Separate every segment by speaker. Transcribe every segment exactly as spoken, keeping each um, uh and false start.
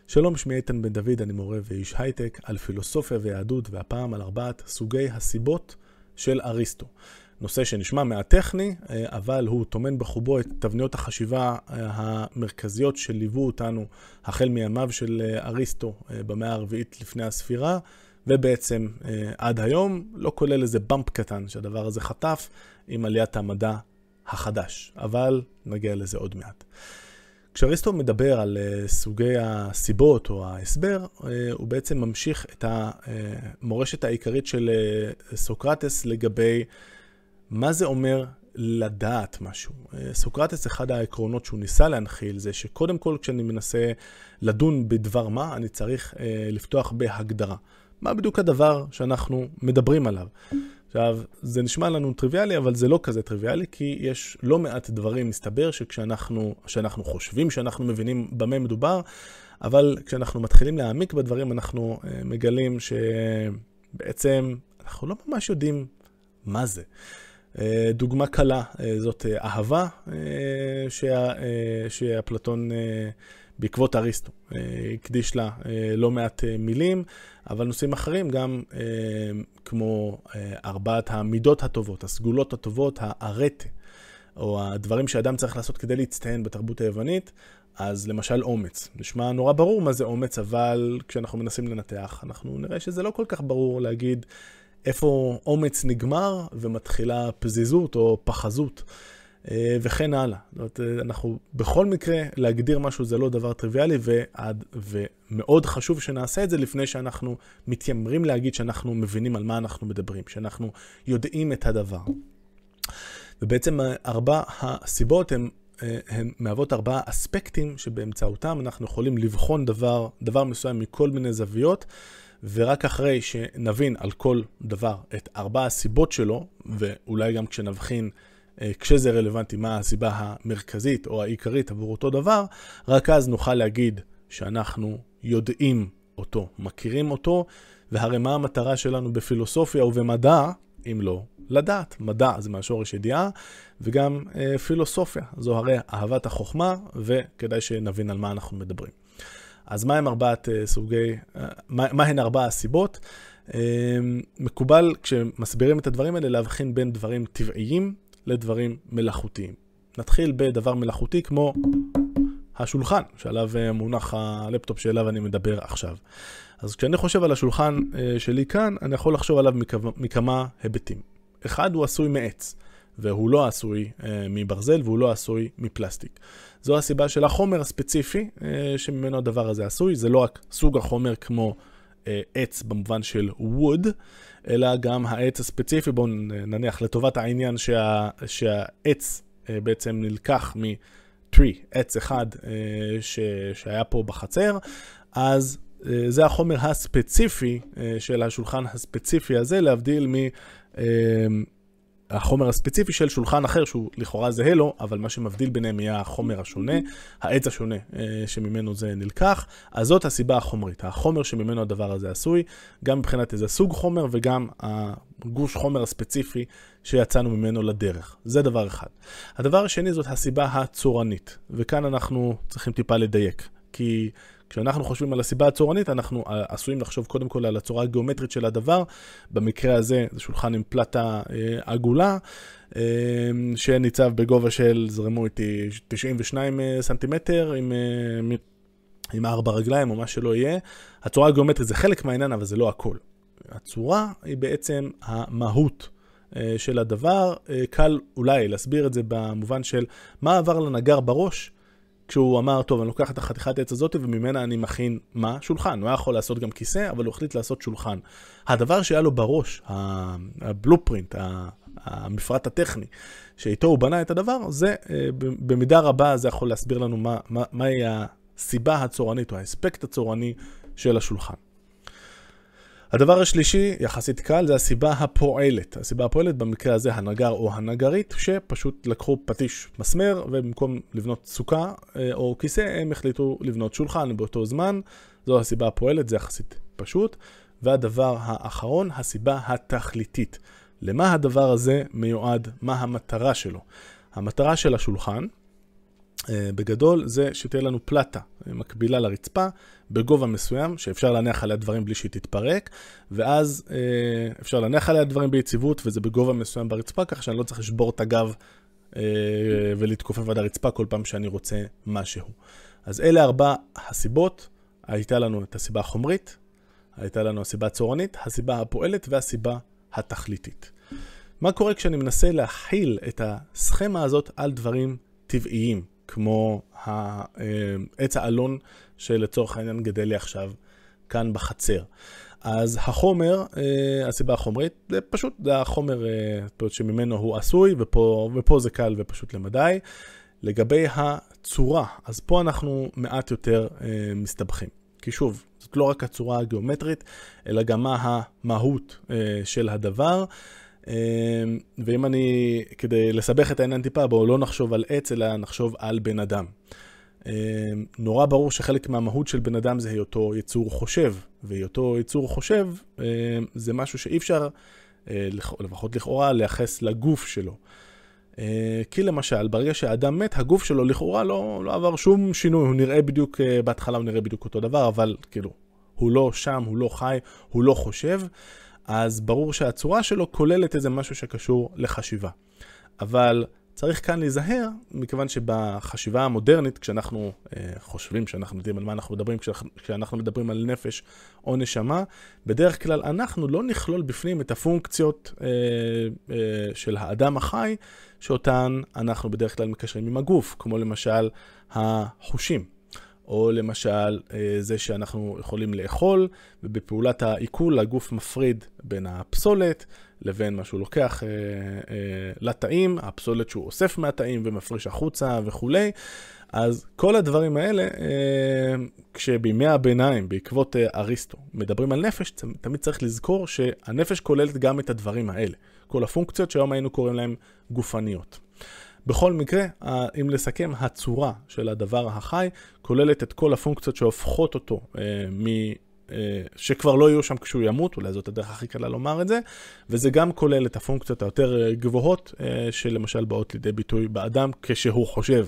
Speaker 1: שלום, שמי איתן בן דוד, אני מורה ואיש הייטק על פילוסופיה ויהדות, והפעם על ארבעת סוגי הסיבות של אריסטו. נושא שנשמע מהטכני, אבל הוא טומן בחובו את תבניות החשיבה המרכזיות שליוו אותנו החל מימיו של אריסטו במאה הרביעית לפני הספירה, ובעצם עד היום, לא כולל איזה במפ קטן שהדבר הזה חטף עם עליית המדע החדש, אבל נגיע לזה עוד מעט. כשאריסטו מדבר על סוגי הסיבות או ההסבר, הוא בעצם ממשיך את המורשת העיקרית של סוקרטס לגבי מה זה אומר לדעת משהו. סוקרטס, אחד העקרונות שהוא ניסה להנחיל, זה שקודם כל כשאני מנסה לדון בדבר מה, אני צריך לפתוח בהגדרה. מה בדיוק הדבר שאנחנו מדברים עליו? עכשיו, זה נשמע לנו טריוויאלי, אבל זה לא כזה טריוויאלי, כי יש לא מעט דברים, מסתבר, שכשאנחנו שאנחנו חושבים שאנחנו מבינים במה מדובר, אבל כשאנחנו מתחילים להעמיק בדברים, אנחנו מגלים שבעצם אנחנו לא ממש יודעים מה זה. דוגמה קלה זאת אהבה, שאפלטון בעקבות אריסטו הקדיש לה לא מעט מילים, אבל נושאים אחרים גם כמו ארבעת המידות הטובות, הסגולות הטובות, הארטה, או הדברים שאדם צריך לעשות כדי להצטיין בתרבות היוונית. אז למשל אומץ. נשמע נורא ברור מה זה אומץ, אבל כשאנחנו מנסים לנתח, אנחנו נראה שזה לא כל כך ברור להגיד איפה אומץ נגמר ומתחילה פזיזות או פחזות וכן הלאה. זאת אומרת, אנחנו בכל מקרה להגדיר משהו זה לא דבר טריוויאלי, ועד, ומאוד חשוב שנעשה את זה לפני שאנחנו מתיימרים להגיד שאנחנו מבינים על מה אנחנו מדברים, שאנחנו יודעים את הדבר. ובעצם ארבע הסיבות הן, הן מהוות ארבעה אספקטים שבאמצעותם אנחנו יכולים לבחון דבר, דבר מסוים מכל מיני זוויות, ורק אחרי שנבין על כל דבר את ארבע הסיבות שלו, ואולי גם כשנבחין כשזה רלוונטי מה הסיבה המרכזית או העיקרית עבור אותו דבר, רק אז נוכל להגיד שאנחנו יודעים אותו, מכירים אותו, והרי מה המטרה שלנו בפילוסופיה ובמדע, אם לא לדעת. מדע זה מהשורש ידיעה, וגם אה, פילוסופיה זו הרי אהבת החוכמה, וכדאי שנבין על מה אנחנו מדברים. אז מה הם ארבעת אה, סוגי, אה, מה, מה הן ארבע הסיבות? אה, מקובל כשמסבירים את הדברים האלה להבחין בין דברים טבעיים לדברים מלאכותיים. נתחיל בדבר מלאכותי כמו השולחן, שעליו מונח הלפטופ שאליו אני מדבר עכשיו. אז כשאני חושב על השולחן שלי כאן, אני יכול לחשוב עליו מכמה היבטים. אחד, הוא עשוי מעץ, והוא לא עשוי מברזל, והוא לא עשוי מפלסטיק. זו הסיבה של החומר הספציפי שממנו הדבר הזה עשוי. זה לא רק סוג החומר כמו עץ במובן של wood, אלא גם העץ הספציפי. בואו נניח לטובת העניין שה, שהעץ בעצם נלקח מ-tree, עץ אחד ש, שהיה פה בחצר, אז זה החומר הספציפי של השולחן הספציפי הזה, להבדיל מ... החומר הספציפי של שולחן אחר שהוא לכאורה זהה לו, אבל מה שמבדיל ביניהם יהיה החומר השונה, העץ השונה שממנו זה נלקח. אז זאת הסיבה החומרית, החומר שממנו הדבר הזה עשוי, גם מבחינת איזה סוג חומר וגם הגוש חומר הספציפי שיצאנו ממנו לדרך. זה דבר אחד. הדבר השני זאת הסיבה הצורנית, וכאן אנחנו צריכים טיפה לדייק, כי כשאנחנו חושבים על הסיבה הצורנית, אנחנו עשויים לחשוב קודם כל על הצורה הגיאומטרית של הדבר. במקרה הזה זה שולחן עם פלטה עגולה, שניצב בגובה של, זרמו איתי, תשעים ושניים סנטימטר, עם, עם ארבע רגליים או מה שלא יהיה. הצורה הגיאומטרית זה חלק מהעניין, אבל זה לא הכל. הצורה היא בעצם המהות של הדבר. קל אולי להסביר את זה במובן של מה עבר לנגר בראש, כשהוא אמר, טוב, אני לוקח את החתיכת העץ הזאת וממנה אני מכין מה? שולחן. הוא היה יכול לעשות גם כיסא, אבל הוא החליט לעשות שולחן. הדבר שהיה לו בראש, הבלופרינט, המפרט הטכני, שאיתו הוא בנה את הדבר, זה במידה רבה זה יכול להסביר לנו מה, מה, מהי הסיבה הצורנית או האספקט הצורני של השולחן. הדבר השלישי, יחסית קל, זה הסיבה הפועלת. הסיבה הפועלת במקרה הזה הנגר או הנגרית, שפשוט לקחו פטיש מסמר, ובמקום לבנות סוכה או כיסא, הם החליטו לבנות שולחן באותו זמן. זו הסיבה הפועלת, זה יחסית פשוט. והדבר האחרון, הסיבה התכליתית. למה הדבר הזה מיועד? מה המטרה שלו? המטרה של השולחן בגדול זה שתהיה לנו פלטה מקבילה לרצפה בגובה מסוים שאפשר להניח עליה דברים בלי שהיא תתפרק, ואז אפשר להניח עליה דברים ביציבות וזה בגובה מסוים ברצפה, כך שאני לא צריך לשבור את הגב ולהתכופף עד הרצפה כל פעם שאני רוצה משהו. אז אלה ארבע הסיבות. הייתה לנו את הסיבה החומרית, הייתה לנו הסיבה הצורנית, הסיבה הפועלת והסיבה התכליתית. מה קורה כשאני מנסה להכיל את הסכמה הזאת על דברים טבעיים, כמו העץ האלון שלצורך העניין גדל לי עכשיו כאן בחצר? אז החומר, הסיבה החומרית, זה פשוט, זה החומר שממנו הוא עשוי, ופה, ופה זה קל ופשוט למדי. לגבי הצורה, אז פה אנחנו מעט יותר מסתבכים. כי שוב, זאת לא רק הצורה הגיאומטרית, אלא גם מה המהות של הדבר. ואם אני, כדי לסבך את העניין טיפה, בואו לא נחשוב על עץ, אלא נחשוב על בן אדם. נורא ברור שחלק מהמהות של בן אדם זה היותו יצור חושב, והיותו יצור חושב זה משהו שאי אפשר, לפחות לכאורה, לייחס לגוף שלו. כי למשל, ברגע שהאדם מת, הגוף שלו לכאורה לא, לא עבר שום שינוי, הוא נראה בדיוק, בהתחלה הוא נראה בדיוק אותו דבר, אבל כאילו, הוא לא שם, הוא לא חי, הוא לא חושב, אז ברור שהצורה שלו כוללת איזה משהו שקשור לחשיבה. אבל צריך כאן להיזהר, מכיוון שבחשיבה המודרנית, כשאנחנו אה, חושבים שאנחנו יודעים על מה אנחנו מדברים, כשאנחנו מדברים על נפש או נשמה, בדרך כלל אנחנו לא נכלול בפנים את הפונקציות אה, אה, של האדם החי, שאותן אנחנו בדרך כלל מקשרים עם הגוף, כמו למשל החושים. או למשל זה שאנחנו יכולים לאכול, ובפעולת העיכול הגוף מפריד בין הפסולת לבין מה שהוא לוקח אה, אה, לתאים, הפסולת שהוא אוסף מהתאים ומפריש החוצה וכו'. אז כל הדברים האלה, אה, כשבימי הביניים, בעקבות אה, אריסטו, מדברים על נפש, תמיד צריך לזכור שהנפש כוללת גם את הדברים האלה. כל הפונקציות שהיום היינו קוראים להם גופניות. בכל מקרה, אם לסכם, הצורה של הדבר החי כוללת את כל הפונקציות שהופכות אותו, אה, מ, אה, שכבר לא יהיו שם כשהוא ימות, אולי זאת הדרך הכי קלה לומר את זה, וזה גם כולל את הפונקציות היותר גבוהות, אה, שלמשל באות לידי ביטוי באדם כשהוא חושב.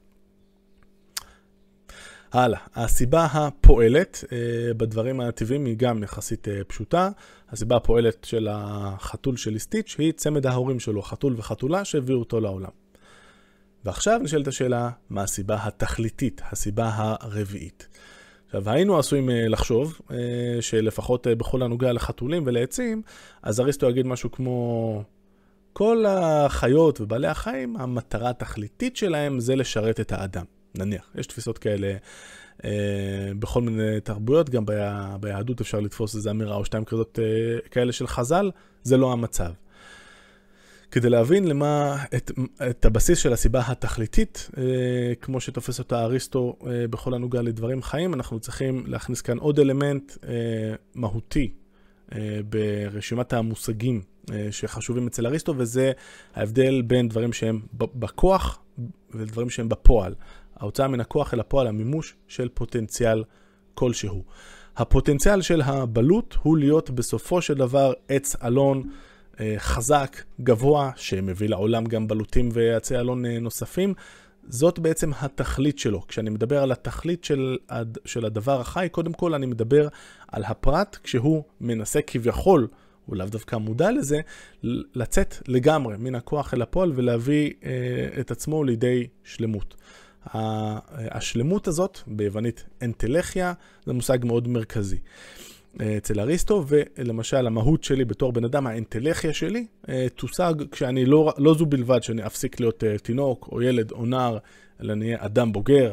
Speaker 1: הלאה, הסיבה הפועלת אה, בדברים הטבעיים היא גם יחסית אה, פשוטה. הסיבה הפועלת של החתול של סטיץ' היא צמד ההורים שלו, חתול וחתולה שהביאו אותו לעולם. ועכשיו נשאלת השאלה, מה הסיבה התכליתית, הסיבה הרביעית? עכשיו, היינו עשויים לחשוב שלפחות בכל הנוגע לחתולים ולעצים, אז אריסטו יגיד משהו כמו, כל החיות ובעלי החיים, המטרה התכליתית שלהם זה לשרת את האדם. נניח, יש תפיסות כאלה בכל מיני תרבויות, גם ביהדות אפשר לתפוס איזו אמירה או שתיים כזאת כאלה של חז"ל, זה לא המצב. כדי להבין למה, את, את הבסיס של הסיבה התכליתית, אה, כמו שתופס אותה אריסטו אה, בכל הנוגע לדברים חיים, אנחנו צריכים להכניס כאן עוד אלמנט אה, מהותי אה, ברשימת המושגים אה, שחשובים אצל אריסטו, וזה ההבדל בין דברים שהם בכוח ודברים שהם בפועל. ההוצאה מן הכוח אל הפועל, המימוש של פוטנציאל כלשהו. הפוטנציאל של הבלות הוא להיות בסופו של דבר עץ אלון, חזק, גבוה, שמביא לעולם גם בלוטים ועצי אלון נוספים. זאת בעצם התכלית שלו. כשאני מדבר על התכלית של, של הדבר החי, קודם כל אני מדבר על הפרט, כשהוא מנסה כביכול, הוא לאו דווקא מודע לזה, לצאת לגמרי מן הכוח אל הפועל ולהביא אה, את עצמו לידי שלמות. השלמות הזאת, ביוונית אנטלכיה, זה מושג מאוד מרכזי אצל אריסטו, ולמשל המהות שלי בתור בן אדם, האנטלכיה שלי, תושג כשאני לא, לא זו בלבד שאני אפסיק להיות תינוק או ילד או נער, אלא נהיה אדם בוגר,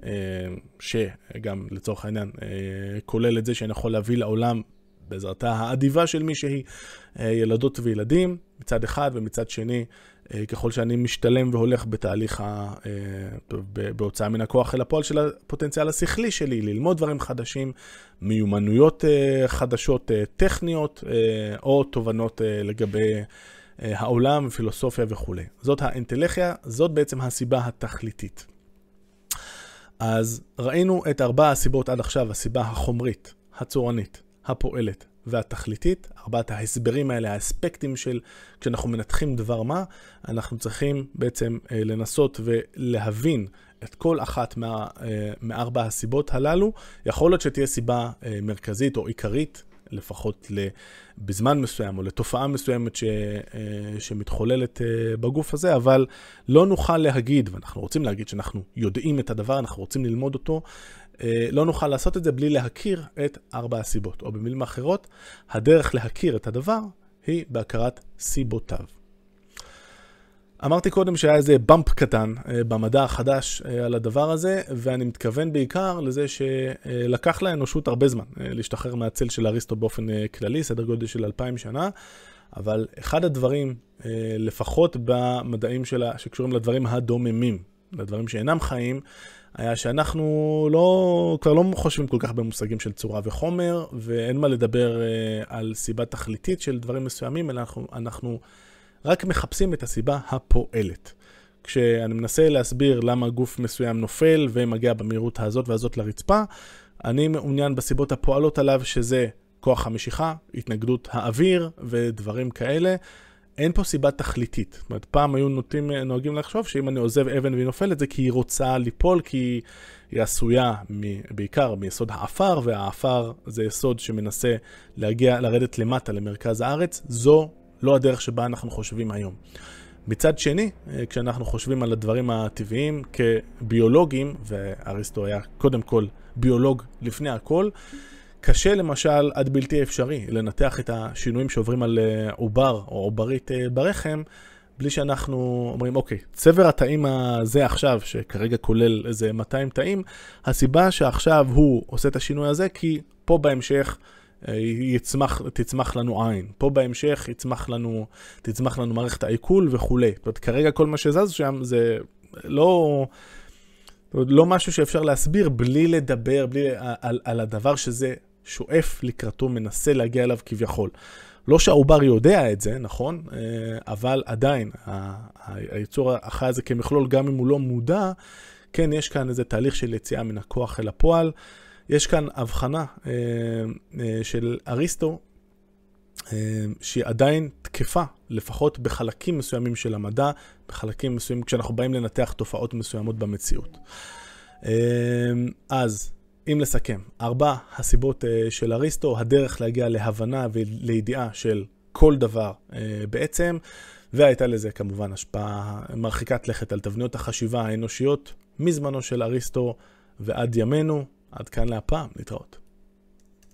Speaker 1: שגם לצורך העניין כולל את זה שאני יכול להביא לעולם בעזרתה האדיבה של מי שהיא ילדות וילדים, מצד אחד, ומצד שני, ככל שאני משתלם והולך בתהליך ה... בהוצאה מן הכוח אל הפועל של הפוטנציאל השכלי שלי, ללמוד דברים חדשים, מיומנויות חדשות טכניות, או תובנות לגבי העולם, פילוסופיה וכו'. זאת האנטלכיה, זאת בעצם הסיבה התכליתית. אז ראינו את ארבע הסיבות עד עכשיו, הסיבה החומרית, הצורנית, הפועלת והתכליתית, ארבעת ההסברים האלה, האספקטים של כשאנחנו מנתחים דבר מה, אנחנו צריכים בעצם לנסות ולהבין את כל אחת מה, מארבע הסיבות הללו, יכול להיות שתהיה סיבה מרכזית או עיקרית, לפחות בזמן מסוים או לתופעה מסוימת ש, שמתחוללת בגוף הזה, אבל לא נוכל להגיד, ואנחנו רוצים להגיד שאנחנו יודעים את הדבר, אנחנו רוצים ללמוד אותו, לא נוכל לעשות את זה בלי להכיר את ארבע הסיבות. או במילים אחרות, הדרך להכיר את הדבר היא בהכרת סיבותיו. אמרתי קודם שהיה איזה במפ קטן במדע החדש על הדבר הזה, ואני מתכוון בעיקר לזה שלקח לאנושות הרבה זמן להשתחרר מהצל של אריסטו באופן כללי, סדר גודל של אלפיים שנה, אבל אחד הדברים, לפחות במדעים שלה, שקשורים לדברים הדוממים, לדברים שאינם חיים, היה שאנחנו לא, כבר לא חושבים כל כך במושגים של צורה וחומר, ואין מה לדבר על סיבה תכליתית של דברים מסוימים, אלא אנחנו, אנחנו רק מחפשים את הסיבה הפועלת. כשאני מנסה להסביר למה גוף מסוים נופל ומגיע במהירות הזאת והזאת לרצפה, אני מעוניין בסיבות הפועלות עליו, שזה כוח המשיכה, התנגדות האוויר ודברים כאלה. אין פה סיבה תכליתית. זאת אומרת, פעם היו נוטים, נוהגים לחשוב שאם אני עוזב אבן והיא נופלת, זה כי היא רוצה ליפול, כי היא עשויה מ, בעיקר מיסוד האפר, והאפר זה יסוד שמנסה להגיע, לרדת למטה למרכז הארץ. זו לא הדרך שבה אנחנו חושבים היום. מצד שני, כשאנחנו חושבים על הדברים הטבעיים כביולוגים, ואריסטו היה קודם כל ביולוג לפני הכל, קשה למשל עד בלתי אפשרי לנתח את השינויים שעוברים על עובר או עוברית ברחם, בלי שאנחנו אומרים, אוקיי, צבר התאים הזה עכשיו, שכרגע כולל איזה מאתיים תאים, הסיבה שעכשיו הוא עושה את השינוי הזה, כי פה בהמשך יצמח, תצמח לנו עין. פה בהמשך יצמח לנו, תצמח לנו מערכת העיכול וכו'. זאת אומרת, כרגע כל מה שזז שם זה לא, לא משהו שאפשר להסביר בלי לדבר, בלי, על, על הדבר שזה שואף לקראתו, מנסה להגיע אליו כביכול. לא שהעובר יודע את זה, נכון? אבל עדיין, היצור החי הזה כמכלול, גם אם הוא לא מודע, כן, יש כאן איזה תהליך של יציאה מן הכוח אל הפועל. יש כאן הבחנה אה, אה, של אריסטו, אה, שהיא עדיין תקפה, לפחות בחלקים מסוימים של המדע, בחלקים מסוימים, כשאנחנו באים לנתח תופעות מסוימות במציאות. אה, אז, אם לסכם, ארבע הסיבות אה, של אריסטו, הדרך להגיע להבנה ולידיעה של כל דבר אה, בעצם, והייתה לזה כמובן השפעה מרחיקת לכת על תבניות החשיבה האנושיות, מזמנו של אריסטו ועד ימינו. עד כאן להפעם, להתראות.